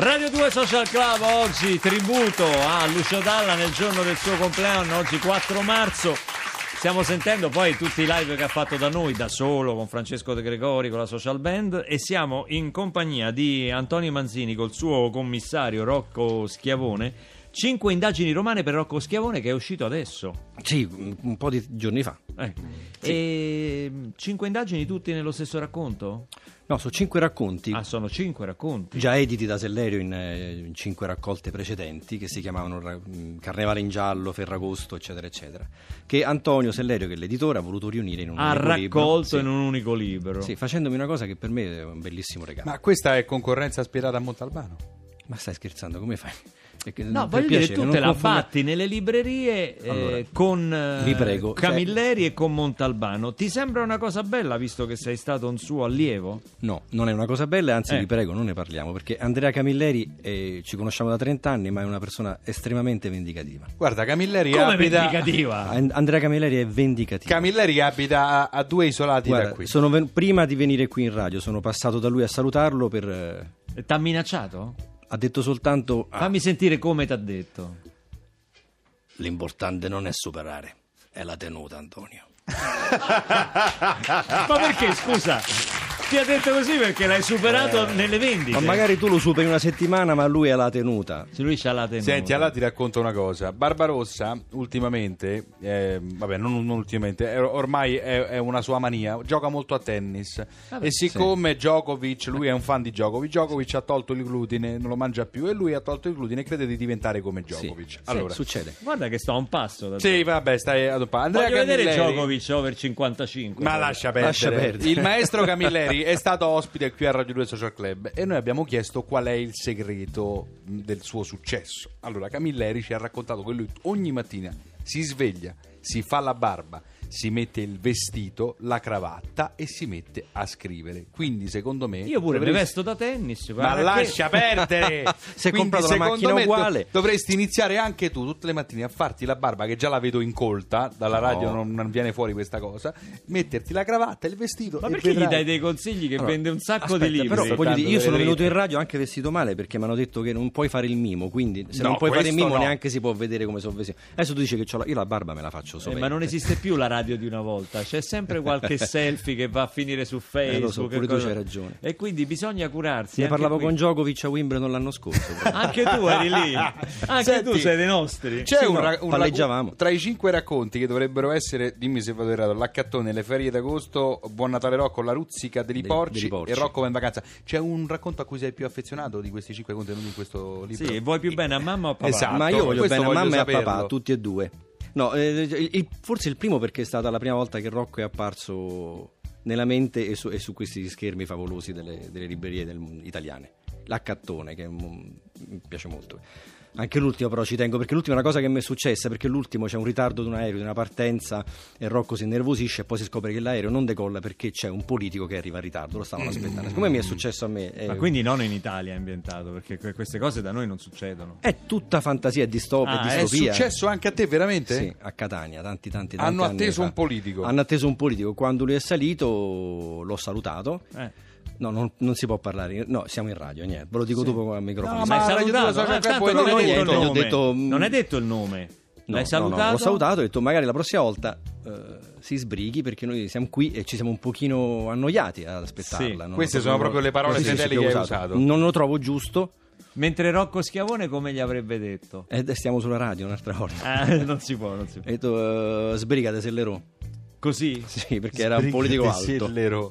Radio 2 Social Club, oggi tributo a Lucio Dalla nel giorno del suo compleanno, oggi 4 marzo. Stiamo sentendo poi tutti i live che ha fatto da noi, da solo, con Francesco De Gregori, con la Social Band, e siamo in compagnia di Antonio Manzini col suo commissario Rocco Schiavone. 5 indagini romane per Rocco Schiavone, che è uscito adesso. Sì, un po' di giorni fa. Sì. E 5 indagini tutti nello stesso racconto? No, sono 5 racconti. Ah, sono 5 racconti. Già editi da Sellerio in 5 raccolte precedenti, che si chiamavano Carnevale in giallo, Ferragosto, eccetera, eccetera. Che Antonio Sellerio, che è l'editore, ha voluto riunire in un unico libro. Ha raccolto in un unico libro. Sì, facendomi una cosa che per me è un bellissimo regalo. Ma questa è concorrenza spietata a Montalbano? Ma stai scherzando, come fai? No, voglio dire, tu te la batti nelle librerie allora, con vi prego, Camilleri e con Montalbano. Ti sembra una cosa bella, visto che sei stato un suo allievo? No, non è una cosa bella, anzi vi prego, non ne parliamo, perché Andrea Camilleri ci conosciamo da 30 anni, ma è una persona estremamente vendicativa. Guarda, Camilleri come abita... vendicativa? Andrea Camilleri è vendicativo. Camilleri abita a 2 isolati. Guarda, da qui. Prima di venire qui in radio sono passato da lui a salutarlo per... T'ha minacciato? Ha detto soltanto... Fammi sentire come t'ha detto. L'importante non è superare, è la tenuta, Antonio. Ma perché, scusa? Ti ha detto così perché l'hai superato nelle vendite. Ma magari tu lo superi una settimana, ma lui ha la tenuta. Se lui c'ha la tenuta. Senti, allora ti racconto una cosa. Barbarossa ultimamente, vabbè, non ultimamente, ormai è una sua mania, gioca molto a tennis. Vabbè, e siccome Djokovic, lui è un fan di Djokovic ha tolto il glutine, non lo mangia più, e lui ha tolto il glutine e crede di diventare come Djokovic. Sì, allora, succede. Guarda che sto a un passo da sì, vabbè, stai ad un passo. Andrea Voglio vedere Camilleri... Djokovic over 55. Ma lascia perdere. Il maestro Camilleri è stato ospite qui a Radio 2 Social Club e noi abbiamo chiesto qual è il segreto del suo successo. Allora, Camilleri ci ha raccontato che lui ogni mattina si sveglia, si fa la barba, si mette il vestito, la cravatta e si mette a scrivere. Quindi secondo me io pure mi vesto da tennis. Ma lascia perdere. Si è comprato la macchina uguale. Dovresti iniziare anche tu tutte le mattine a farti la barba, che già la vedo incolta, dalla radio non viene fuori questa cosa, metterti la cravatta e il vestito. Ma perché gli dai dei consigli che vende un sacco di libri? Però voglio dire, io sono venuto in radio anche vestito male, perché mi hanno detto che non puoi fare il mimo, quindi se non puoi fare il mimo neanche si può vedere come sono vestito. Adesso tu dici che io la barba me la faccio solo. Ma non esiste più la radio di una volta, c'è sempre qualche selfie che va a finire su Facebook. Lo so, pure tu c'hai ragione. E quindi bisogna curarsi. Ne parlavo con Djokovic a Wimbledon l'anno scorso. Anche tu eri lì. Anche Senti, tu sei dei nostri. C'è palleggiavamo. Tra i 5 racconti che dovrebbero essere, dimmi se vado errato, l'Accattone, le ferie d'agosto, Buon Natale Rocco, la Ruzzica dei porci e Rocco va in vacanza. C'è un racconto a cui sei più affezionato di questi 5 contenuti in questo libro? Sì, vuoi più bene a mamma o a papà? Esatto. Ma io voglio bene a mamma saperlo. e a papà, tutti e due. No, forse il primo, perché è stata la prima volta che Rocco è apparso nella mente e su questi schermi favolosi delle librerie italiane. L'Accattone, che mi piace molto. Anche l'ultimo però ci tengo, perché l'ultima è una cosa che mi è successa, perché l'ultimo c'è un ritardo di un aereo, di una partenza, e Rocco si innervosisce e poi si scopre che l'aereo non decolla perché c'è un politico che arriva in ritardo, lo stavano aspettando. Come mi è successo a me. Ma quindi non in Italia è ambientato, perché queste cose da noi non succedono. È tutta fantasia, è distopia, È successo anche a te veramente? Sì, a Catania, tanti hanno anni atteso fa. un politico. Hanno atteso un politico. Quando lui è salito l'ho salutato. No, non si può parlare. No, siamo in radio, niente. Ve lo dico dopo al microfono. No, ma hai salutato? Non hai detto il nome. No, l'hai salutato? No, l'ho salutato e ho detto magari la prossima volta si sbrighi, perché noi siamo qui e ci siamo un pochino annoiati ad aspettarla. Sì. Queste sono proprio le parole fedeli che hai usato. Non lo trovo giusto. Mentre Rocco Schiavone come gli avrebbe detto? Stiamo sulla radio un'altra volta. Non si può. Ho detto sbrigate Sellerò. Così? Sì, perché era un politico alto.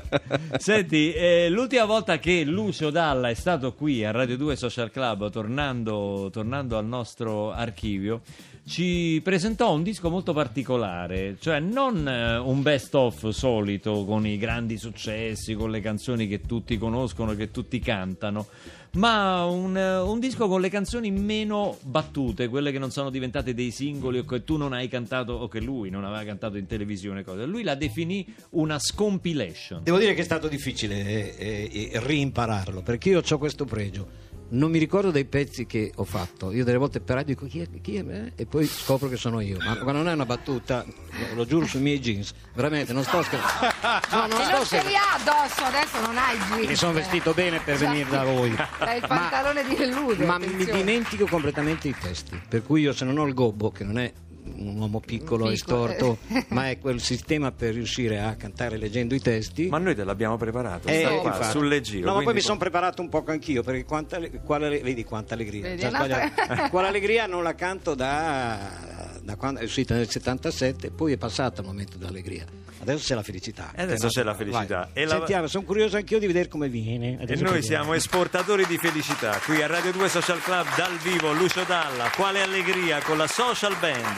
Senti, l'ultima volta che Lucio Dalla è stato qui a Radio 2 Social Club, tornando al nostro archivio, ci presentò un disco molto particolare, cioè non un best of solito con i grandi successi, con le canzoni che tutti conoscono, che tutti cantano, ma un disco con le canzoni meno battute, quelle che non sono diventate dei singoli o che tu non hai cantato o che lui non aveva cantato in televisione, cosa. Lui la definì una scompilation. Devo dire che è stato difficile reimpararlo, perché io ho questo pregio: non mi ricordo dei pezzi che ho fatto. Io delle volte per radio dico chi è? E poi scopro che sono io. Ma non è una battuta, lo giuro sui miei jeans. Veramente, non sto scherzando. No, non sto ce li ha addosso, adesso non hai il jeans. Mi sono vestito bene per venire da voi. Hai il pantalone di velluto. Ma mi dimentico completamente i testi. Per cui io, se non ho il gobbo, che non è un uomo piccolo e storto, ma è quel sistema per riuscire a cantare leggendo i testi. Ma noi te l'abbiamo preparato, sta qua, infatti. sul leggio. No, ma poi mi sono preparato un poco anch'io, perché vedi quanta allegria. Vedi, Già sbagliato. Quale allegria non la canto da quando è uscita nel 77, poi è passato il momento dell'allegria. Adesso c'è la felicità. E adesso c'è la felicità. E sentiamo, sono curioso anch'io di vedere come viene. E noi siamo esportatori di felicità. Qui a Radio 2 Social Club, dal vivo, Lucio Dalla, Quale allegria, con la Social Band.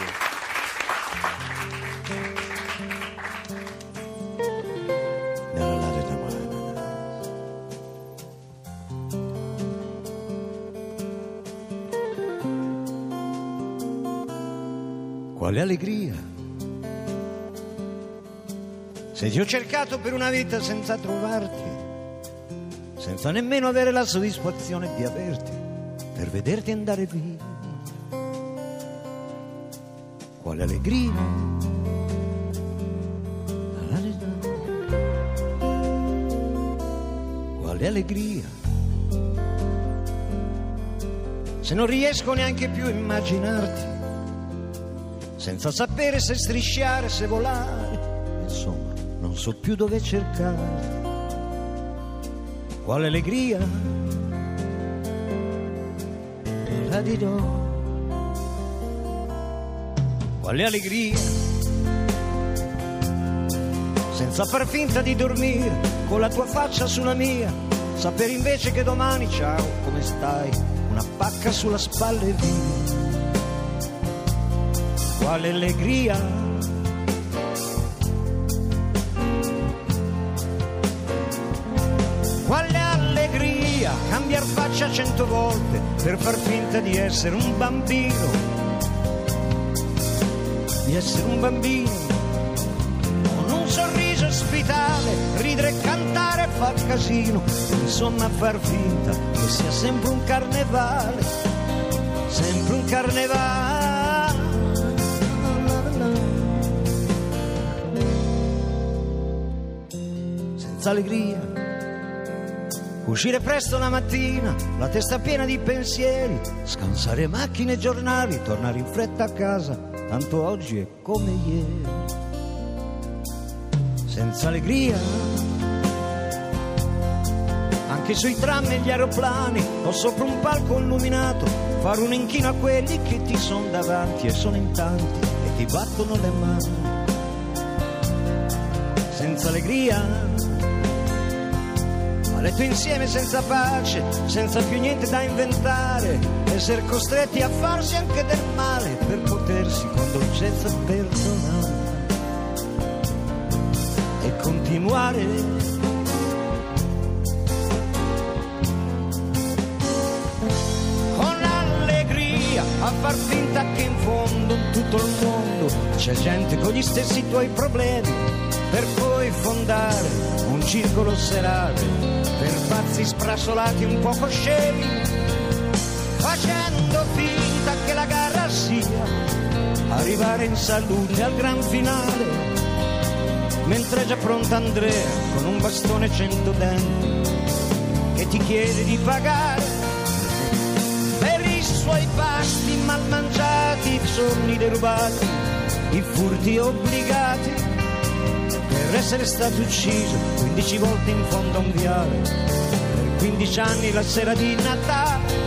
Quale allegria, se ti ho cercato per una vita senza trovarti, senza nemmeno avere la soddisfazione di averti, per vederti andare via. Quale allegria, quale allegria, se non riesco neanche più a immaginarti, senza sapere se strisciare, se volare, insomma, non so più dove cercarti. Quale allegria, la dirò. Quale allegria, senza far finta di dormire, con la tua faccia sulla mia, sapere invece che domani, ciao, come stai, una pacca sulla spalla e via. Quale allegria, quale allegria, cambiar faccia 100 volte per far finta di essere un bambino, di essere un bambino, con un sorriso ospitale, ridere e cantare, far casino, insomma far finta che sia sempre un carnevale, sempre un carnevale. Allegria, uscire presto la mattina, la testa piena di pensieri, scansare macchine e giornali, tornare in fretta a casa, tanto oggi è come ieri. Senza allegria, anche sui tram e gli aeroplani, o sopra un palco illuminato, fare un inchino a quelli che ti sono davanti e sono in tanti e ti battono le mani. Senza allegria, a letto insieme senza pace, senza più niente da inventare, essere costretti a farsi anche del male per potersi con dolcezza perdonare e continuare. Con allegria a far finta che in fondo in tutto il mondo c'è gente con gli stessi tuoi problemi, per poi fondare un circolo serale per pazzi sprassolati un poco scemi, facendo finta che la gara sia arrivare in salute al gran finale, mentre è già pronta Andrea con un bastone 100 denti che ti chiede di pagare per i suoi pasti mal mangiati, i sogni derubati, i furti obbligati, per essere stato ucciso 15 volte in fondo a un viale, per 15 anni la sera di Natale.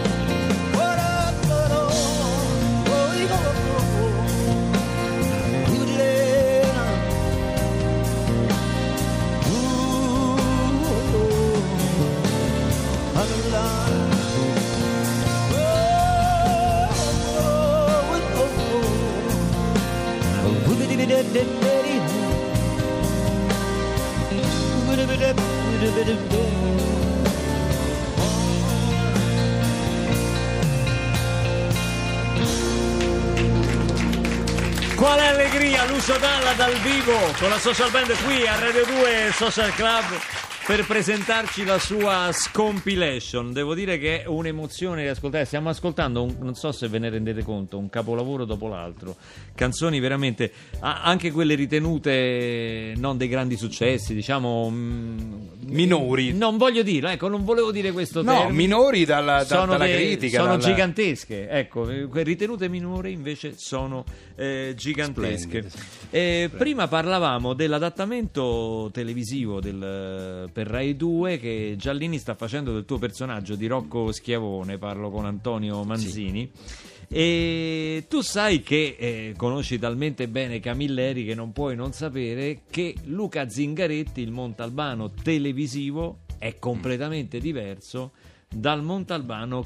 Quale allegria, Lucio Dalla dal vivo con la Social Band qui a Radio 2 Social Club. per presentarci la sua Scompilation. Devo dire che è un'emozione riascoltare. Stiamo ascoltando, non so se ve ne rendete conto, un capolavoro dopo l'altro. Canzoni veramente, anche quelle ritenute non dei grandi successi, diciamo minori. Non voglio dirlo, ecco, non volevo dire questo No, termine. minori dalla critica. Sono gigantesche, ecco, ritenute minori invece sono gigantesche. Prima parlavamo dell'adattamento televisivo per Rai 2 che Giallini sta facendo del tuo personaggio di Rocco Schiavone, parlo con Antonio Manzini. Sì. E tu sai che conosci talmente bene Camilleri che non puoi non sapere che Luca Zingaretti, il Montalbano televisivo, è completamente diverso dal Montalbano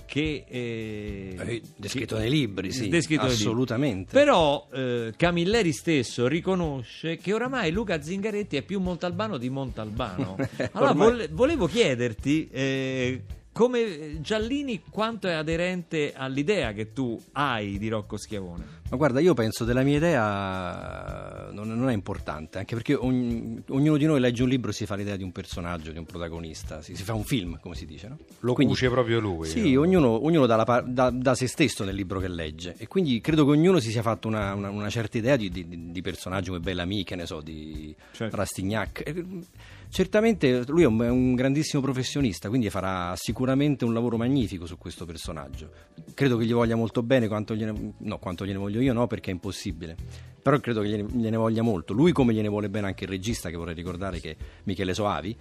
che descritto nei libri, sì, descritto assolutamente. Però Camilleri stesso riconosce che oramai Luca Zingaretti è più Montalbano di Montalbano. Allora volevo chiederti come Giallini quanto è aderente all'idea che tu hai di Rocco Schiavone. Ma guarda, io penso della mia idea non è importante, anche perché ognuno di noi legge un libro e si fa l'idea di un personaggio, di un protagonista, si fa un film, come si dice, no? Lo cuce proprio lui. Sì, ognuno dà se stesso nel libro che legge, e quindi credo che ognuno si sia fatto una certa idea di personaggio come Bellamy, che ne so, di Rastignac. Certamente lui è un grandissimo professionista, quindi farà sicuramente un lavoro magnifico su questo personaggio. Credo che gli voglia molto bene, quanto gliene voglio io no, perché è impossibile. Però credo che gliene voglia molto. Lui, come gliene vuole bene anche il regista, che vorrei ricordare che è Michele Soavi.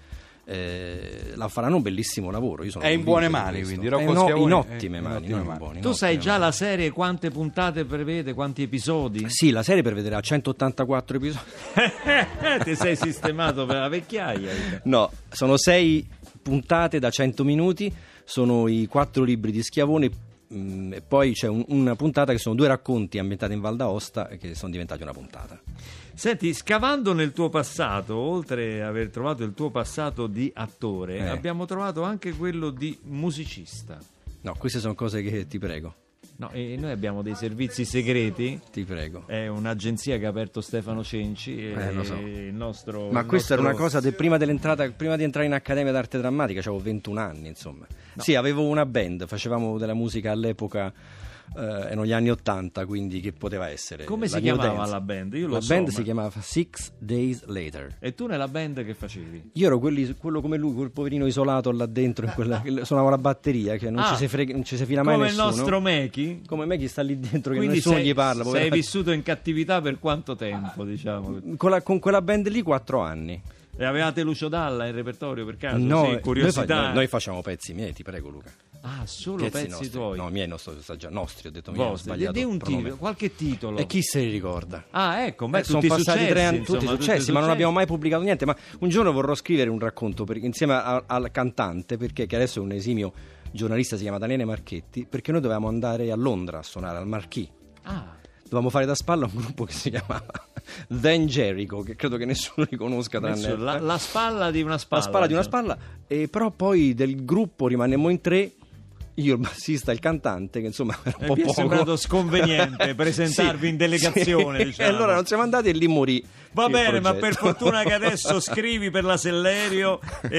La faranno un bellissimo lavoro. Io sono è in buone mani, quindi Rocco Schiavone in ottime mani. Tu sai già la serie quante puntate prevede, quanti episodi? Sì, la serie prevederà 184 episodi. Ti sei sistemato per la vecchiaia? No, sono 6 puntate da 100 minuti, sono i 4 libri di Schiavone, e poi c'è una puntata che sono 2 racconti ambientati in Val d'Aosta che sono diventati una puntata. Senti, scavando nel tuo passato, oltre ad aver trovato il tuo passato di attore, abbiamo trovato anche quello di musicista. No, queste sono cose che ti prego. No, e noi abbiamo dei servizi segreti. Ti prego. È un'agenzia che ha aperto Stefano Cenci. Lo so. Il nostro. Ma questa era una cosa prima di entrare in Accademia d'Arte Drammatica, avevo 21 anni, insomma. No. Sì, avevo una band, facevamo della musica all'epoca. Erano gli anni 80, quindi che poteva essere? Come si chiamava la band? Io lo so. La band si chiamava 6 Days Later. E tu nella band che facevi? Io ero quello come lui, quel poverino isolato là dentro, che suonava la batteria, che non ci si fila mai come nessuno. Come il nostro Mechi? Come Mechi sta lì dentro, quindi che nessuno gli parla. Sei vissuto in cattività per quanto tempo, diciamo? Con quella band lì 4 anni. E avevate Lucio Dalla in repertorio per caso? No, sì, curiosità. Noi facciamo pezzi miei, ti prego, Luca. Ah, solo pezzi nostri tuoi? No, miei nostri, ho detto miei, ho sbagliato. Di un titolo, qualche titolo. E chi se li ricorda? Ah, ecco, tutti sono passati successi, 3 anni, tutti successi, ma non abbiamo mai pubblicato niente. Ma un giorno vorrò scrivere un racconto insieme al cantante, perché che adesso è un esimio giornalista, si chiama Daniele Marchetti, perché noi dovevamo andare a Londra a suonare al Marquis. Dovevamo fare da spalla un gruppo che si chiamava Then Jericho, che credo che nessuno riconosca tranne la spalla di una spalla. La spalla di una spalla, e però poi del gruppo rimanemmo in 3. Io, il bassista, il cantante, che insomma era un po' poco. Mi è sembrato sconveniente presentarvi in delegazione. Sì. Diciamo. E allora non siamo andati e lì morì. Va bene, ma per fortuna che adesso scrivi per la Sellerio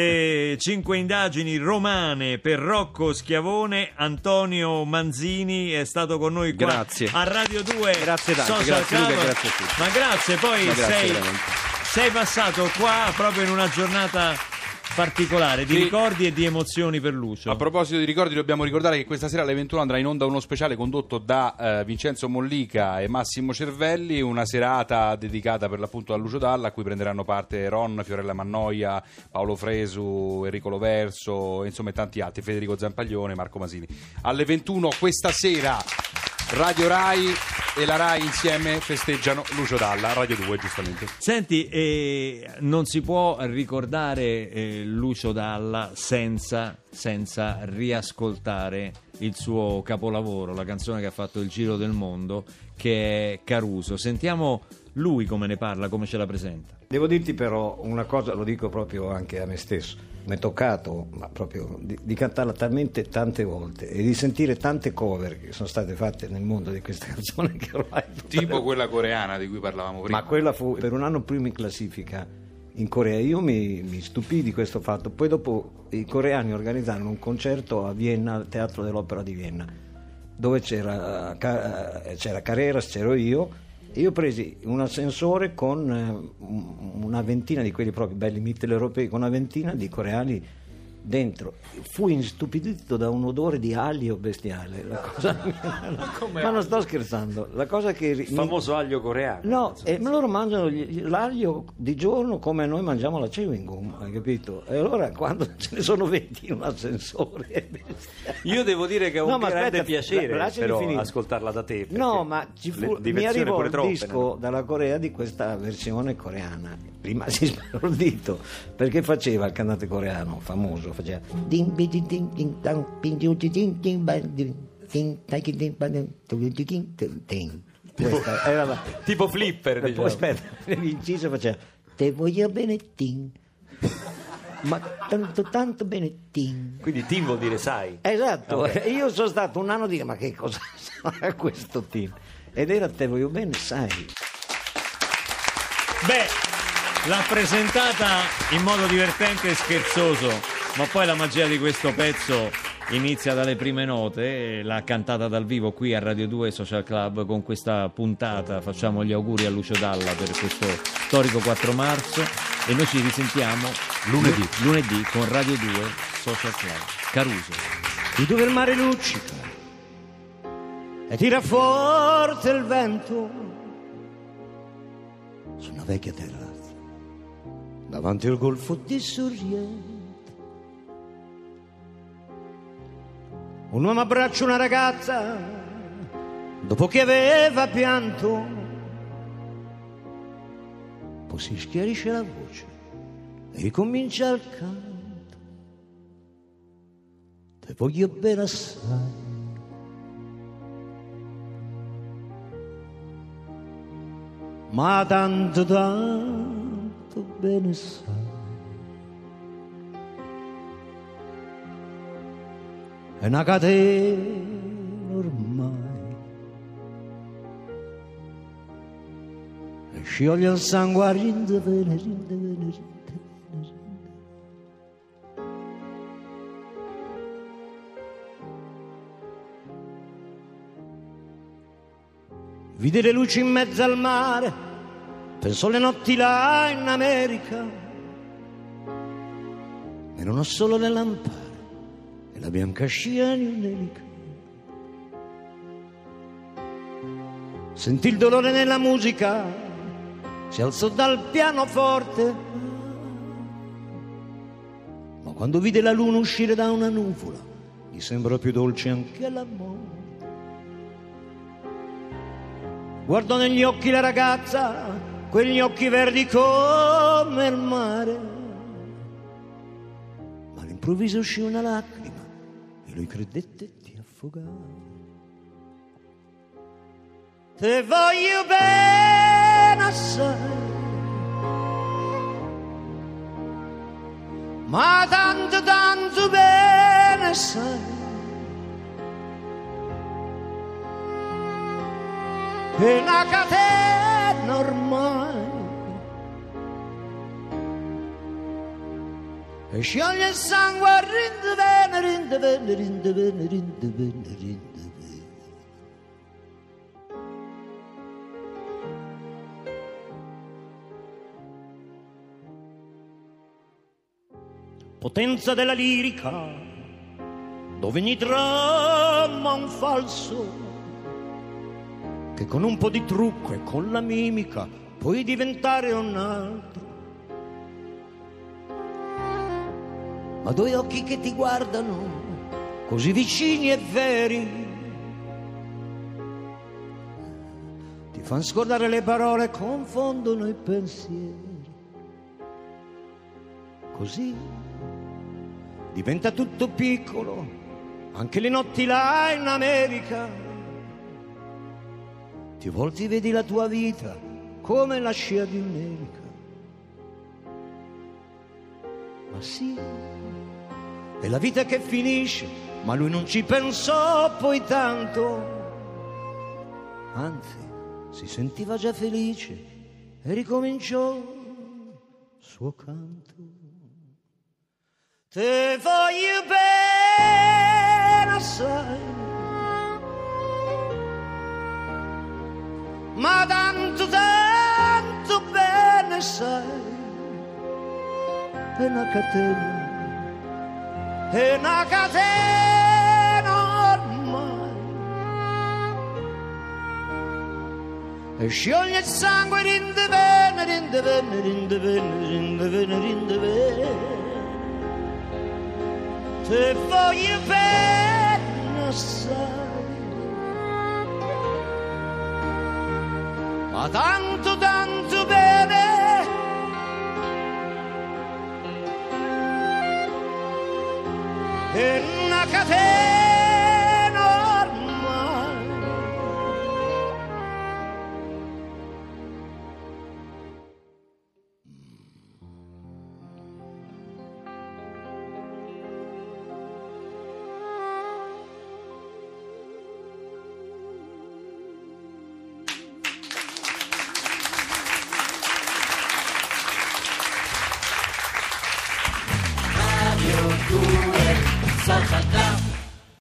5 indagini romane per Rocco Schiavone. Antonio Manzini è stato con noi qua a Radio 2. Grazie tanto, Social grazie Club. Luca, grazie a tutti. Ma grazie, poi sei passato qua proprio in una giornata particolare di ricordi e di emozioni per Lucio. A proposito di ricordi, dobbiamo ricordare che questa sera alle 21 andrà in onda uno speciale condotto da Vincenzo Mollica e Massimo Cervelli, una serata dedicata per l'appunto a Lucio Dalla, a cui prenderanno parte Ron, Fiorella Mannoia, Paolo Fresu, Enrico Loverso, insomma e tanti altri, Federico Zampaglione, Marco Masini. Alle 21 questa sera Radio Rai e la Rai insieme festeggiano Lucio Dalla, Radio 2 giustamente. Senti, non si può ricordare Lucio Dalla senza riascoltare il suo capolavoro, la canzone che ha fatto il giro del mondo, che è Caruso. Sentiamo lui come ne parla, come ce la presenta. Devo dirti però una cosa, lo dico proprio anche a me stesso. Mi è toccato, ma proprio di cantarla talmente tante volte e di sentire tante cover che sono state fatte nel mondo di questa canzone che ormai tipo quella coreana di cui parlavamo prima. Ma quella fu per un anno primo in classifica in Corea. Io mi stupii di questo fatto. Poi dopo i coreani organizzarono un concerto a Vienna, al Teatro dell'Opera di Vienna, dove c'era Carreras, c'ero io, e io presi un ascensore con una ventina di quelli proprio belli mitteleuropei, con una ventina di coreani dentro. Fui istupidito da un odore di aglio bestiale, ma non sto scherzando, la cosa che Il famoso aglio coreano. no, e loro mangiano l'aglio di giorno come noi mangiamo la chewing gum, hai capito? E allora quando ce ne sono 20 in un ascensore è bestiale. Io devo dire che è un No, ma grande aspetta, piacere lasciami però finire. ascoltarla da te. No, ma mi diversione arrivò pure il troppe, disco no? dalla Corea di questa versione coreana. Rimasi sbalordito perché faceva il cantante coreano famoso, faceva questa era la... Tipo Flipper, E poi diciamo. aspetta, l'inciso faceva te voglio bene tin, ma tanto bene tin. Quindi team vuol dire sai. Esatto, io sono stato un anno a dire ma che cosa sarà questo team? Ed era te voglio bene, sai. Beh, l'ha presentata in modo divertente e scherzoso, ma poi la magia di questo pezzo inizia dalle prime note. L'ha cantata dal vivo qui a Radio 2 Social Club. Con questa puntata facciamo gli auguri a Lucio Dalla per questo storico 4 marzo e noi ci risentiamo lunedì con Radio 2 Social Club. Caruso. Qui dove il mare luccica e tira forte il vento, su una vecchia terrazza davanti al golfo di Sorrento, un uomo abbraccia una ragazza dopo che aveva pianto, poi si schiarisce la voce e ricomincia il canto. Te voglio bene assai, ma tanto bene sai. È una catena ormai e scioglie il sangue a rinde bene. Vide le luci in mezzo al mare, pensò le notti là in America, erano solo le lampade e la bianca scia di un'elica. Sentì il dolore nella musica, si alzò dal pianoforte, ma quando vide la luna uscire da una nuvola, gli sembrò più dolce anche la morte. Guardò negli occhi la ragazza, quegli occhi verdi come il mare, ma all'improvviso uscì una lacrima e lui credette di affogare. Te voglio bene assai, ma tanto bene sai, è una catena ormai e scioglie il sangue a rinde bene. Potenza della lirica, dove ogni dramma un falso, che con un po' di trucco e con la mimica puoi diventare un altro. Ma due occhi che ti guardano così vicini e veri ti fanno scordare le parole, confondono i pensieri. Così diventa tutto piccolo, anche le notti là in America. Ti volti, vedi la tua vita come la scia di un'elica. Ma sì, è la vita che finisce, ma lui non ci pensò poi tanto. Anzi, si sentiva già felice e ricominciò suo canto. Te voglio bene assai, ma tanto tanto bene sai, è una catena ormai, e scioglie il sangue rinde bene, rinde bene, rinde bene, rinde bene, rinde bene. Te voglio bene assai, ma tanto tanto bene, è una catena ormai. Radio 2 Social Club.